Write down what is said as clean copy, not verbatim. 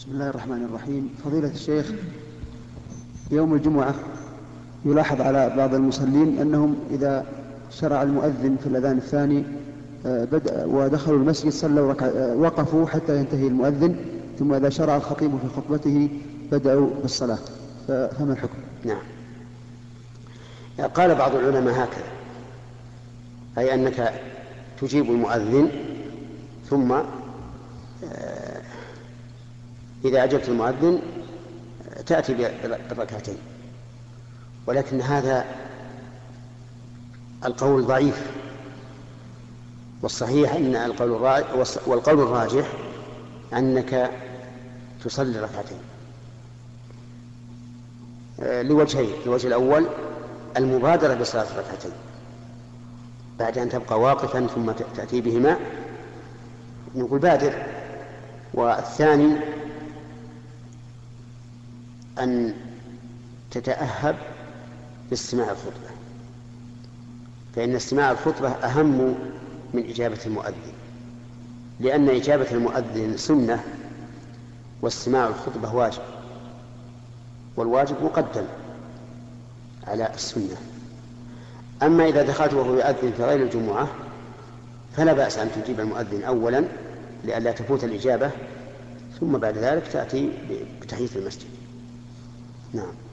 بسم الله الرحمن الرحيم. فضيلة الشيخ، يوم الجمعة يلاحظ على بعض المصلين أنهم إذا شرع المؤذن في الأذان الثاني ودخلوا المسجد صلوا وقفوا حتى ينتهي المؤذن، ثم إذا شرع الخطيب في خطبته بدأوا بالصلاة، فما الحكم؟ نعم، قال بعض العلماء هكذا، أي أنك تجيب المؤذن ثم إذا أجبت المؤذن تأتي بالركعتين، ولكن هذا القول ضعيف، والصحيح أن والقول الراجح أنك تصلي ركعتين لوجهين. الوجه الأول المبادرة بصلاة الركعتين بعد أن تبقى واقفا ثم تأتي بهما، نقول بادر. والثاني أن تتأهب لاستماع الخطبة، فإن استماع الخطبة أهم من إجابة المؤذن، لأن إجابة المؤذن سنة واستماع الخطبة واجب، والواجب مقدم على السنة. أما إذا دخلت وهو يؤذن في غير الجمعة فلا بأس أن تجيب المؤذن أولا لئلا تفوت الإجابة، ثم بعد ذلك تأتي بتحية المسجد. نعم.